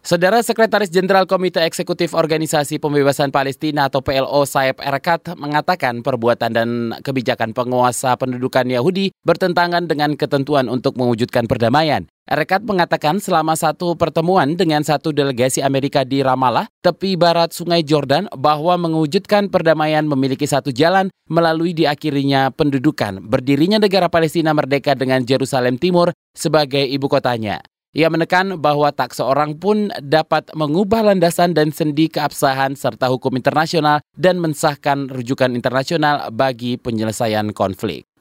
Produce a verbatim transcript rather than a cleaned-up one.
Saudara Sekretaris Jenderal Komite Eksekutif Organisasi Pembebasan Palestina atau P L O Saeb Erekat mengatakan perbuatan dan kebijakan penguasa pendudukan Yahudi bertentangan dengan ketentuan untuk mewujudkan perdamaian. Erekat mengatakan selama satu pertemuan dengan satu delegasi Amerika di Ramallah, tepi barat Sungai Jordan, bahwa mewujudkan perdamaian memiliki satu jalan melalui diakhirinya pendudukan, berdirinya negara Palestina merdeka dengan Yerusalem Timur sebagai ibu kotanya. Ia menekan bahwa tak seorang pun dapat mengubah landasan dan sendi keabsahan serta hukum internasional dan mensahkan rujukan internasional bagi penyelesaian konflik.